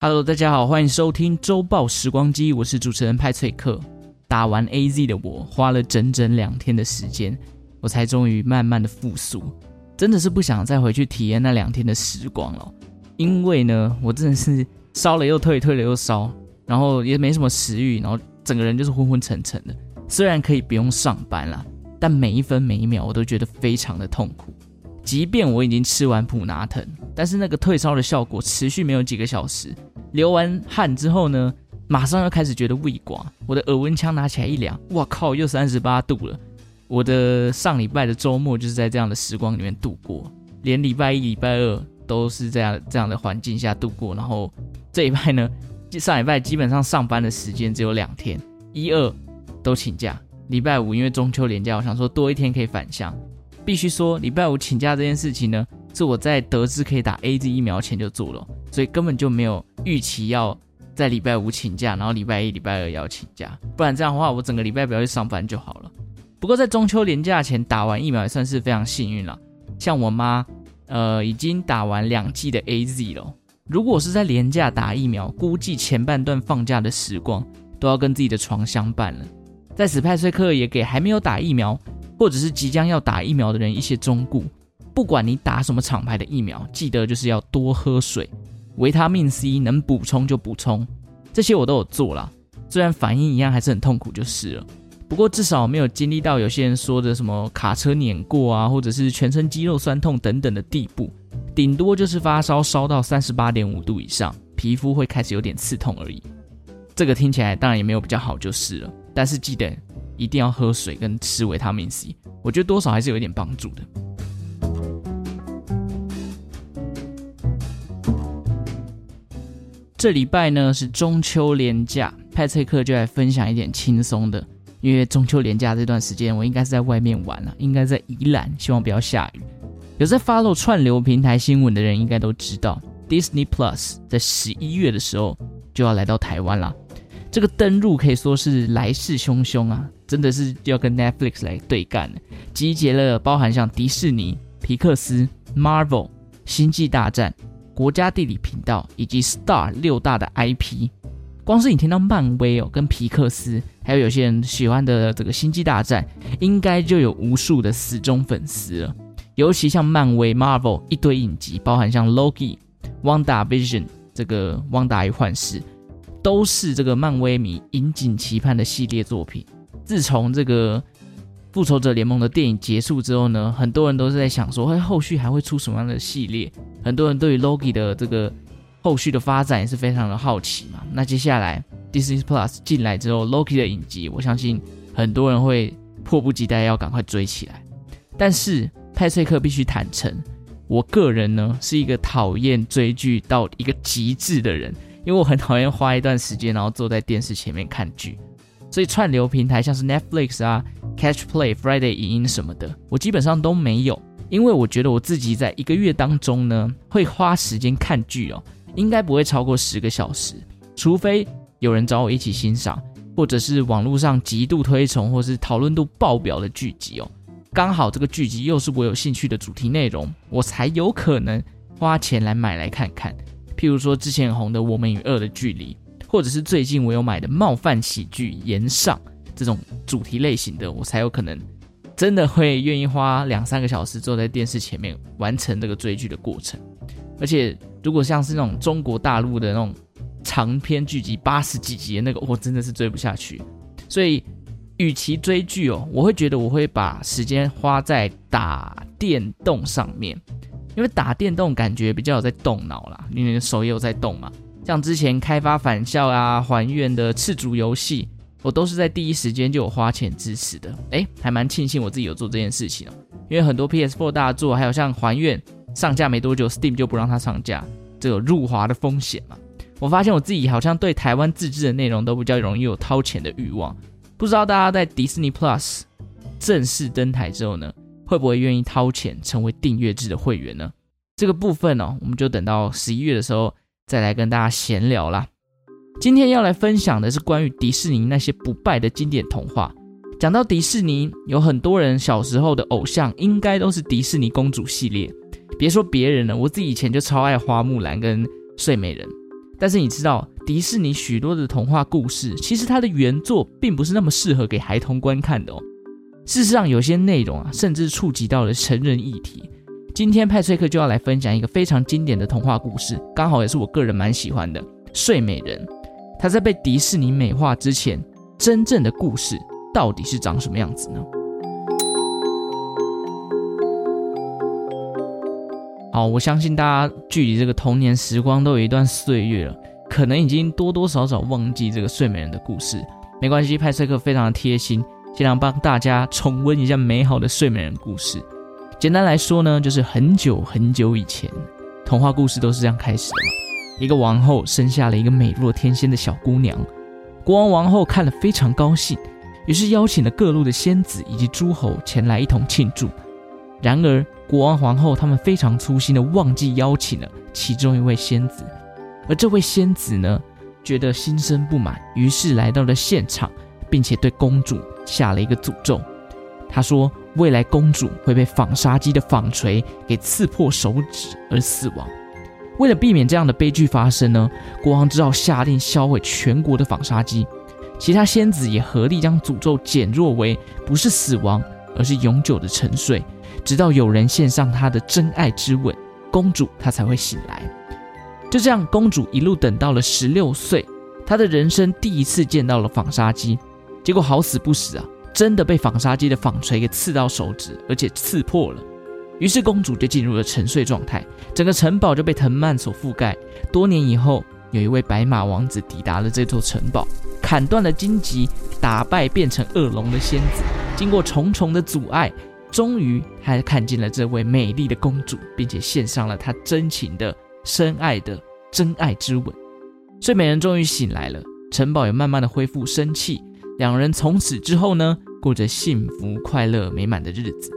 Hello， 大家好，欢迎收听周报时光机，我是主持人派翠克。打完 AZ 的我，花了整整2天的时间，我才终于慢慢的复苏。真的是不想再回去体验那2天的时光了，因为呢，我真的是烧了又退，退了又烧，然后也没什么食欲，然后整个人就是昏昏沉沉的。虽然可以不用上班啦，但每一分每一秒我都觉得非常的痛苦。即便我已经吃完普拿疼，但是那个退烧的效果持续没有几个小时。流完汗之后呢，马上又开始觉得胃寡，我的耳温枪拿起来一量，哇靠，又38度了。我的上礼拜的周末就是在这样的时光里面度过，连礼拜1、礼拜2都是这样的环境下度过。然后这礼拜呢，上礼拜基本上上班的时间只有2天，1、2都请假。礼拜5因为中秋连假，我想说多1天可以返乡。必须说，礼拜5请假这件事情呢，是我在得知可以打 AZ 疫苗前就做了，所以根本就没有预期要在礼拜5请假，然后礼拜1、礼拜2也要请假，不然这样的话，我整个礼拜不要去上班就好了。不过在中秋连假前打完疫苗也算是非常幸运啦，像我妈，已经打完2剂的 AZ 了。如果是在连假打疫苗，估计前半段放假的时光都要跟自己的床相伴了。在此派翠克也给还没有打疫苗，或者是即将要打疫苗的人一些忠告。不管你打什么厂牌的疫苗，记得就是要多喝水，维他命 C 能补充就补充，这些我都有做啦。虽然反应一样还是很痛苦就是了，不过至少没有经历到有些人说的什么卡车碾过啊，或者是全身肌肉酸痛等等的地步，顶多就是发烧烧到 38.5 度以上，皮肤会开始有点刺痛而已。这个听起来当然也没有比较好就是了，但是记得一定要喝水跟吃维他命 C， 我觉得多少还是有一点帮助的。这礼拜呢是中秋连假，派翠克就来分享一点轻松的，因为中秋连假这段时间我应该是在外面玩啦，应该在宜兰，希望不要下雨。有在 follow 串流平台新闻的人应该都知道 Disney Plus 在11月的时候就要来到台湾啦。这个登入可以说是来势汹汹啊，真的是要跟 Netflix 来对干了，集结了包含像迪士尼、皮克斯、Marvel、星际大战、国家地理频道以及 Star 6大的 IP。 光是你听到漫威跟皮克斯，还有些人喜欢的这个星际大战，应该就有无数的死忠粉丝了。尤其像漫威 Marvel 一堆影集，包含像 Loki、WandaVision 这个汪达与幻视，都是这个漫威迷引颈期盼的系列作品。自从这个复仇者联盟的电影结束之后呢，很多人都是在想说后续还会出什么样的系列，很多人对于 Loki 的这个后续的发展也是非常的好奇嘛。那接下来 Disney Plus 进来之后， Loki 的影集我相信很多人会迫不及待要赶快追起来。但是派翠克必须坦诚，我个人呢是一个讨厌追剧到一个极致的人，因为我很讨厌花一段时间然后坐在电视前面看剧，所以串流平台像是 Netflix 啊、Catch Play、Friday 影音什么的，我基本上都没有。因为我觉得我自己在1个月当中呢，会花时间看剧应该不会超过10个小时，除非有人找我一起欣赏，或者是网络上极度推崇或是讨论度爆表的剧集刚好这个剧集又是我有兴趣的主题内容，我才有可能花钱来买来看看。譬如说之前很红的《我们与恶的距离》，或者是最近我有买的冒犯喜剧《炎上》这种主题类型的，我才有可能真的会愿意花2-3个小时坐在电视前面完成这个追剧的过程。而且如果像是那种中国大陆的那种长篇剧集80几集的那个，我真的是追不下去。所以与其追剧我会觉得我会把时间花在打电动上面，因为打电动感觉比较有在动脑啦，因为手也有在动嘛。像之前开发返校啊、还愿的赤足游戏，我都是在第一时间就有花钱支持的。还蛮庆幸我自己有做这件事情因为很多 PS4 大作，还有像还愿上架没多久 Steam 就不让它上架，这有入华的风险嘛。我发现我自己好像对台湾自制的内容都比较容易有掏钱的欲望，不知道大家在 Disney Plus 正式登台之后呢，会不会愿意掏钱成为订阅制的会员呢？这个部分我们就等到11月的时候再来跟大家闲聊啦。今天要来分享的是关于迪士尼那些不败的经典童话。讲到迪士尼，有很多人小时候的偶像应该都是迪士尼公主系列，别说别人了，我自己以前就超爱花木兰跟睡美人。 但是你知道，迪士尼许多的童话故事，其实它的原作并不是那么适合给孩童观看的哦。事实上，有些内容甚至触及到了成人议题。今天派翠克就要来分享一个非常经典的童话故事，刚好也是我个人蛮喜欢的《睡美人》。它在被迪士尼美化之前，真正的故事到底是长什么样子呢？好，我相信大家距离这个童年时光都有一段岁月了，可能已经多多少少忘记这个睡美人的故事。没关系，派翠克非常的贴心，尽量帮大家重温一下美好的睡美人故事。简单来说呢，就是很久很久以前，童话故事都是这样开始的嘛。一个王后生下了一个美若天仙的小姑娘，国王王后看了非常高兴，于是邀请了各路的仙子以及诸侯前来一同庆祝。然而国王皇后他们非常粗心的忘记邀请了其中一位仙子，而这位仙子呢，觉得心生不满，于是来到了现场，并且对公主下了一个诅咒。他说未来公主会被纺纱机的纺锤给刺破手指而死亡。为了避免这样的悲剧发生呢，国王只好下令销毁全国的纺纱机。其他仙子也合力将诅咒减弱为不是死亡，而是永久的沉睡，直到有人献上她的真爱之吻，公主她才会醒来。就这样，公主一路等到了16岁，她的人生第一次见到了纺纱机。结果好死不死真的被纺纱机的纺锤给刺到手指，而且刺破了。于是公主就进入了沉睡状态，整个城堡就被藤蔓所覆盖。多年以后，有一位白马王子抵达了这座城堡，砍断了荆棘，打败变成恶龙的仙子。经过重重的阻碍，终于他看见了这位美丽的公主，并且献上了他真情的深爱的真爱之吻。睡美人终于醒来了，城堡也慢慢的恢复生气。两人从此之后呢，过着幸福快乐美满的日子。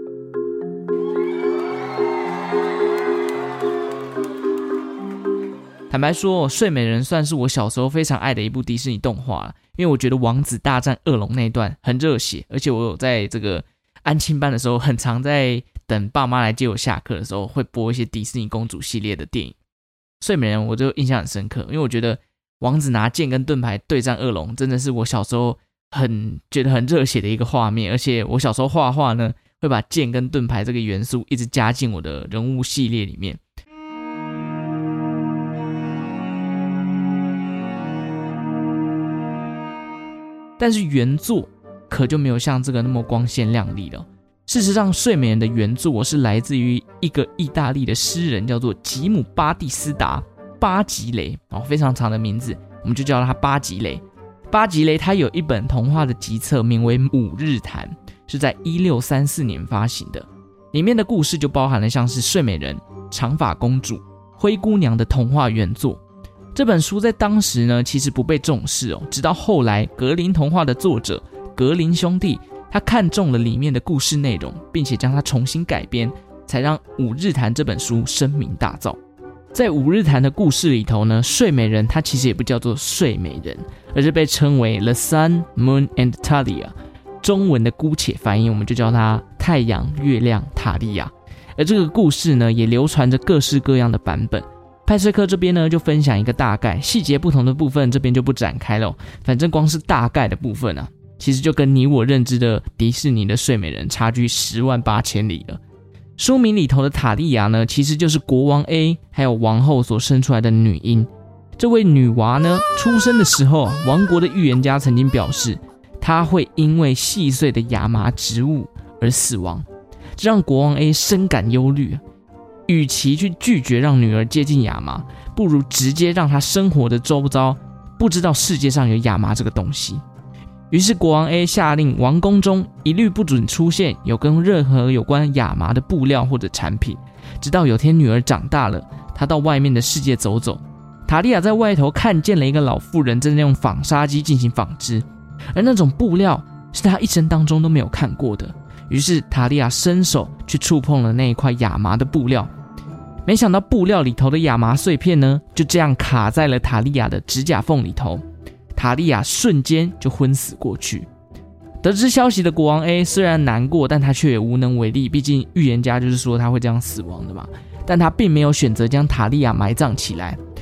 坦白说，睡美人算是我小时候非常爱的一部迪士尼动画，因为我觉得王子大战恶龙那一段很热血，而且我有在这个安亲班的时候，很常在等爸妈来接我下课的时候，会播一些迪士尼公主系列的电影。睡美人我就印象很深刻，因为我觉得王子拿剑跟盾牌对战恶龙，真的是我小时候觉得很热血的一个画面。而且我小时候画画呢，会把剑跟盾牌这个元素一直加进我的人物系列里面。但是原作可就没有像这个那么光鲜亮丽了。事实上，睡美人的原作是来自于一个意大利的诗人，叫做吉姆巴蒂斯达巴吉雷，非常长的名字，我们就叫他巴吉雷。巴吉雷他有一本童话的集册，名为《五日谈》，是在1634年发行的。里面的故事就包含了像是睡美人、长发公主、灰姑娘的童话原作。这本书在当时呢，其实不被重视直到后来格林童话的作者格林兄弟，他看中了里面的故事内容，并且将它重新改编，才让《五日谈》这本书声名大噪。在《五日谈》的故事里头呢，睡美人她其实也不叫做睡美人，而是被称为 The Sun, Moon and Thalia， 中文的姑且翻译我们就叫它太阳、月亮、塔利亚。而这个故事呢，也流传着各式各样的版本。派翠克这边呢，就分享一个大概，细节不同的部分这边就不展开了。反正光是大概的部分其实就跟你我认知的迪士尼的睡美人差距10万8千里了。书名里头的塔利亚呢，其实就是国王 A 还有王后所生出来的女婴。这位女娃呢，出生的时候王国的预言家曾经表示，她会因为细碎的亚麻植物而死亡，这让国王 A 深感忧虑。与其去拒绝让女儿接近亚麻，不如直接让她生活的周遭不知道世界上有亚麻这个东西。于是国王 A 下令王宫中一律不准出现有跟任何有关亚麻的布料或者产品，直到有天女儿长大了，她到外面的世界走走，塔利亚在外头看见了一个老妇人正在用纺纱机进行纺织，而那种布料是她一生当中都没有看过的。于是塔利亚伸手去触碰了那一块亚麻的布料，没想到布料里头的亚麻碎片呢，就这样卡在了塔利亚的指甲缝里头，塔利亚瞬间就昏死过去。得知消息的国王 A 虽然难过，但他却也无能为力，毕竟预言家就是说他会这样死亡的嘛。但他并没有选择将塔利亚埋葬起来，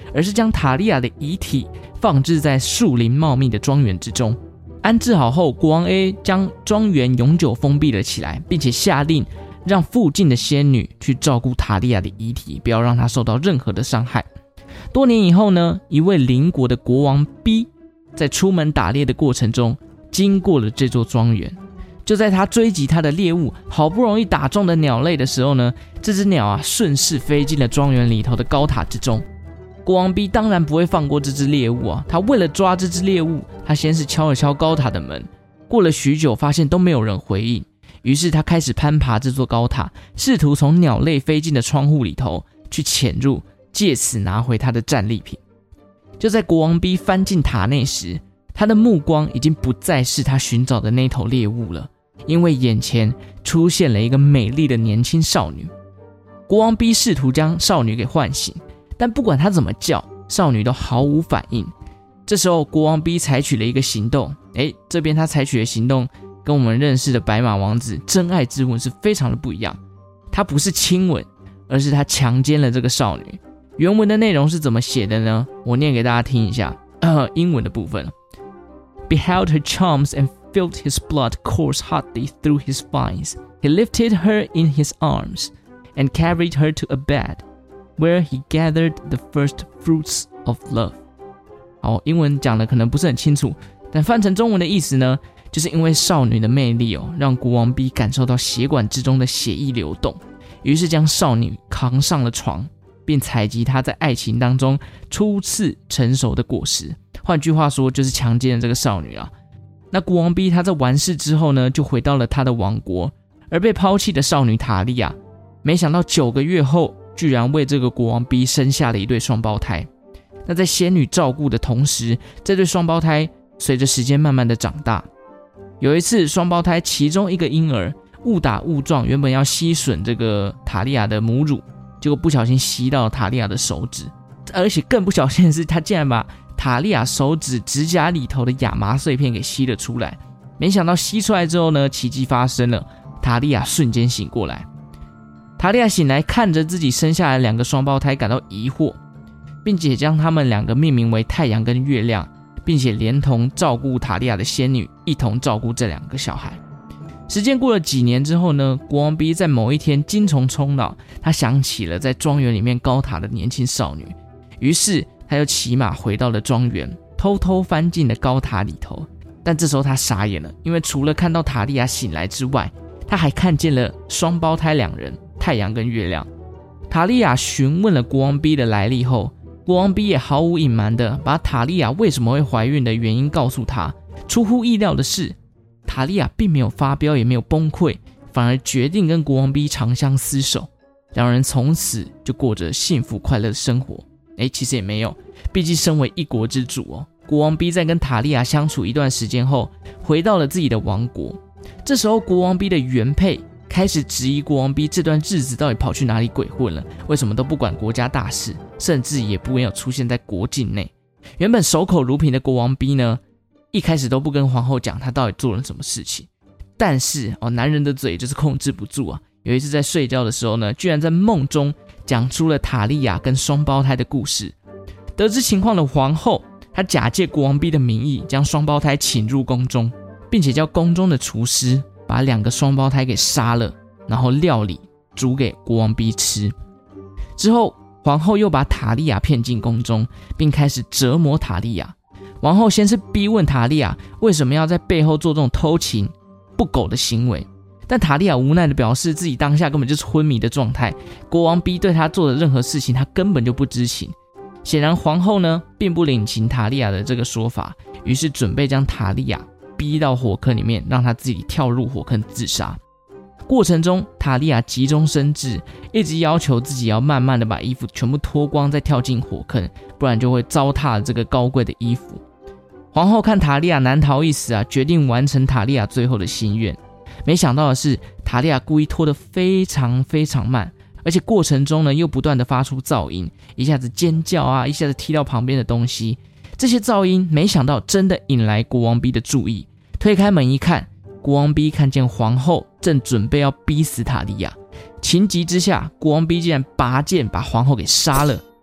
而是将塔利亚的遗体放置在树林茂密的庄园之中。安置好后，国王 A 将庄园永久封闭了起来，并且下令让附近的仙女去照顾塔利亚的遗体，不要让她受到任何的伤害。多年以后呢，一位邻国的国王 B 在出门打猎的过程中经过了这座庄园。就在他追击他的猎物，好不容易打中的鸟类的时候呢，这只鸟顺势飞进了庄园里头的高塔之中。国王 B 当然不会放过这只猎物他为了抓这只猎物，他先是敲了敲高塔的门，过了许久发现都没有人回应，于是他开始攀爬这座高塔，试图从鸟类飞进的窗户里头去潜入，借此拿回他的战利品。就在国王 B 翻进塔内时，他的目光已经不再是他寻找的那头猎物了，因为眼前出现了一个美丽的年轻少女。国王 B 试图将少女给唤醒，但不管他怎么叫，少女都毫无反应。这时候国王 B 采取了一个行动，这边他采取的行动跟我们认识的白马王子真爱之吻是非常的不一样。他不是亲吻，而是他强奸了这个少女。原文的内容是怎么写的呢？我念给大家听一下，英文的部分。Beheld her charms and felt his blood course hotly through his veins. He lifted her in his arms and carried her to a bed, where he gathered the first fruits of love. 好，英文讲的可能不是很清楚，但翻成中文的意思呢，就是因为少女的魅力让国王 B 感受到血管之中的血液流动，于是将少女扛上了床，并采集她在爱情当中初次成熟的果实。换句话说，就是强奸了这个少女啊。那国王 B 他在完事之后呢，就回到了他的王国，而被抛弃的少女塔利亚，没想到9个月后，居然为这个国王 B 生下了一对双胞胎。那在仙女照顾的同时，这对双胞胎随着时间慢慢的长大。有一次，双胞胎其中一个婴儿误打误撞，原本要吸吮这个塔利亚的母乳，结果不小心吸到了塔利亚的手指，而且更不小心的是，他竟然把塔利亚手指指甲里头的亚麻碎片给吸了出来。没想到吸出来之后呢，奇迹发生了，塔利亚瞬间醒过来。塔利亚醒来，看着自己生下来2个双胞胎感到疑惑，并且将他们2个命名为太阳跟月亮，并且连同照顾塔利亚的仙女一同照顾这2个小孩。时间过了几年之后呢，国王 B 在某一天精虫充脑，他想起了在庄园里面高塔的年轻少女，于是他又骑马回到了庄园，偷偷翻进了高塔里头。但这时候他傻眼了，因为除了看到塔利亚醒来之外，他还看见了双胞胎2人，太阳跟月亮。塔利亚询问了国王 B 的来历后，国王 B 也毫无隐瞒的把塔利亚为什么会怀孕的原因告诉他。出乎意料的是，塔利亚并没有发飙，也没有崩溃，反而决定跟国王 B 长相厮守。2人从此就过着幸福快乐的生活。其实也没有，毕竟身为一国之主国王 B 在跟塔利亚相处一段时间后，回到了自己的王国。这时候国王 B 的原配开始质疑国王 B 这段日子到底跑去哪里鬼混了，为什么都不管国家大事，甚至也不没有出现在国境内。原本守口如瓶的国王 B 呢，一开始都不跟皇后讲他到底做了什么事情。但是男人的嘴就是控制不住有一次在睡觉的时候呢，居然在梦中讲出了塔利亚跟双胞胎的故事。得知情况的皇后，她假借国王 B 的名义，将双胞胎请入宫中，并且叫宫中的厨师把2个双胞胎给杀了，然后料理煮给国王 B 吃。之后皇后又把塔利亚骗进宫中，并开始折磨塔利亚。皇后先是逼问塔利亚为什么要在背后做这种偷情不苟的行为，但塔利亚无奈的表示自己当下根本就是昏迷的状态，国王 B 对他做的任何事情他根本就不知情。显然皇后呢并不领情塔利亚的这个说法，于是准备将塔利亚逼到火坑里面，让他自己跳入火坑自杀。过程中塔利亚急中生智，一直要求自己要慢慢的把衣服全部脱光再跳进火坑，不然就会糟蹋这个高贵的衣服。皇后看塔利亚难逃一死决定完成塔利亚最后的心愿。没想到的是，塔利亚故意拖得非常非常慢，而且过程中呢又不断的发出噪音，一下子尖叫一下子踢到旁边的东西。这些噪音没想到真的引来国王 B 的注意，推开门一看，国王 B 看见皇后正准备要逼死塔利亚，情急之下国王 B 竟然拔剑把皇后给杀了，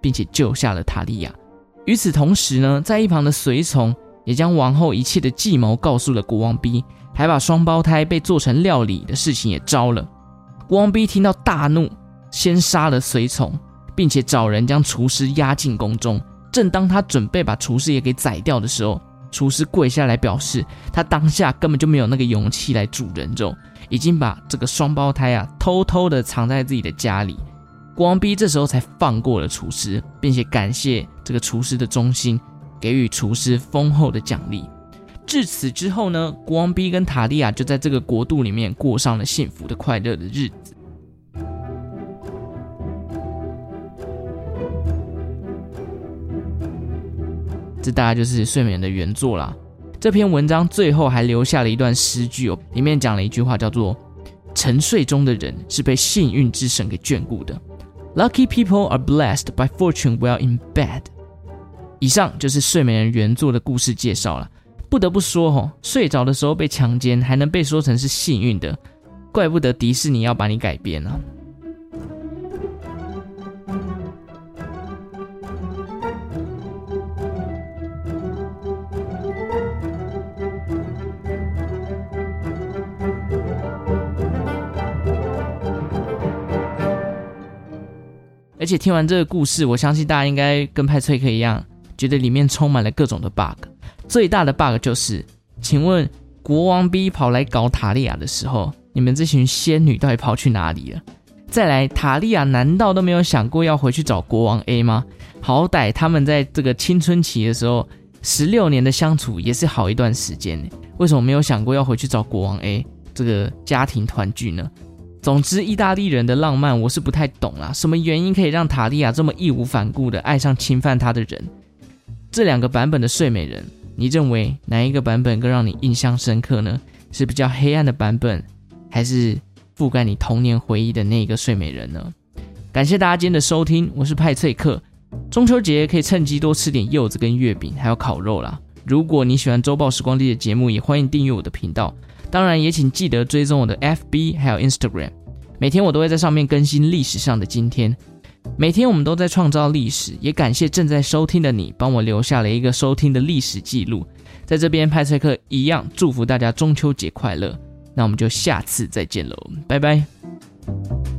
并且救下了塔利亚。与此同时呢，在一旁的随从也将王后一切的计谋告诉了国王 B， 还把双胞胎被做成料理的事情也招了。国王 B 听到大怒，先杀了随从，并且找人将厨师押进宫中。正当他准备把厨师也给宰掉的时候，厨师跪下来表示他当下根本就没有那个勇气来煮人肉，已经把这个双胞胎偷偷的藏在自己的家里。国王 B 这时候才放过了厨师，并且感谢这个厨师的忠心，给予厨师丰厚的奖励。至此之后呢，国王 B 跟塔利亚就在这个国度里面过上了幸福的快乐的日子。这大概就是睡美人的原作啦。这篇文章最后还留下了一段诗句里面讲了一句话叫做沉睡中的人是被幸运之神给眷顾的。 Lucky people are blessed by fortune while in bed。 以上就是睡美人原作的故事介绍了。不得不说睡着的时候被强奸还能被说成是幸运的，怪不得迪士尼要把你改编啊。而且听完这个故事，我相信大家应该跟派翠克一样，觉得里面充满了各种的 bug。 最大的 bug 就是，请问国王 B 跑来搞塔利亚的时候，你们这群仙女到底跑去哪里了？再来，塔利亚难道都没有想过要回去找国王 A 吗？好歹他们在这个青春期的时候16年的相处也是好一段时间，为什么没有想过要回去找国王 A 这个家庭团聚呢？总之，意大利人的浪漫我是不太懂啦，什么原因可以让塔利亚这么义无反顾的爱上侵犯她的人？这两个版本的睡美人，你认为哪一个版本更让你印象深刻呢？是比较黑暗的版本，还是覆盖你童年回忆的那个睡美人呢？感谢大家今天的收听，我是派翠克。中秋节可以趁机多吃点柚子跟月饼，还有烤肉啦。如果你喜欢周报时光机的节目，也欢迎订阅我的频道。当然也请记得追踪我的 FB 还有 Instagram， 每天我都会在上面更新历史上的今天。每天我们都在创造历史，也感谢正在收听的你，帮我留下了一个收听的历史记录。在这边派翠克一样祝福大家中秋节快乐，那我们就下次再见喽，拜拜。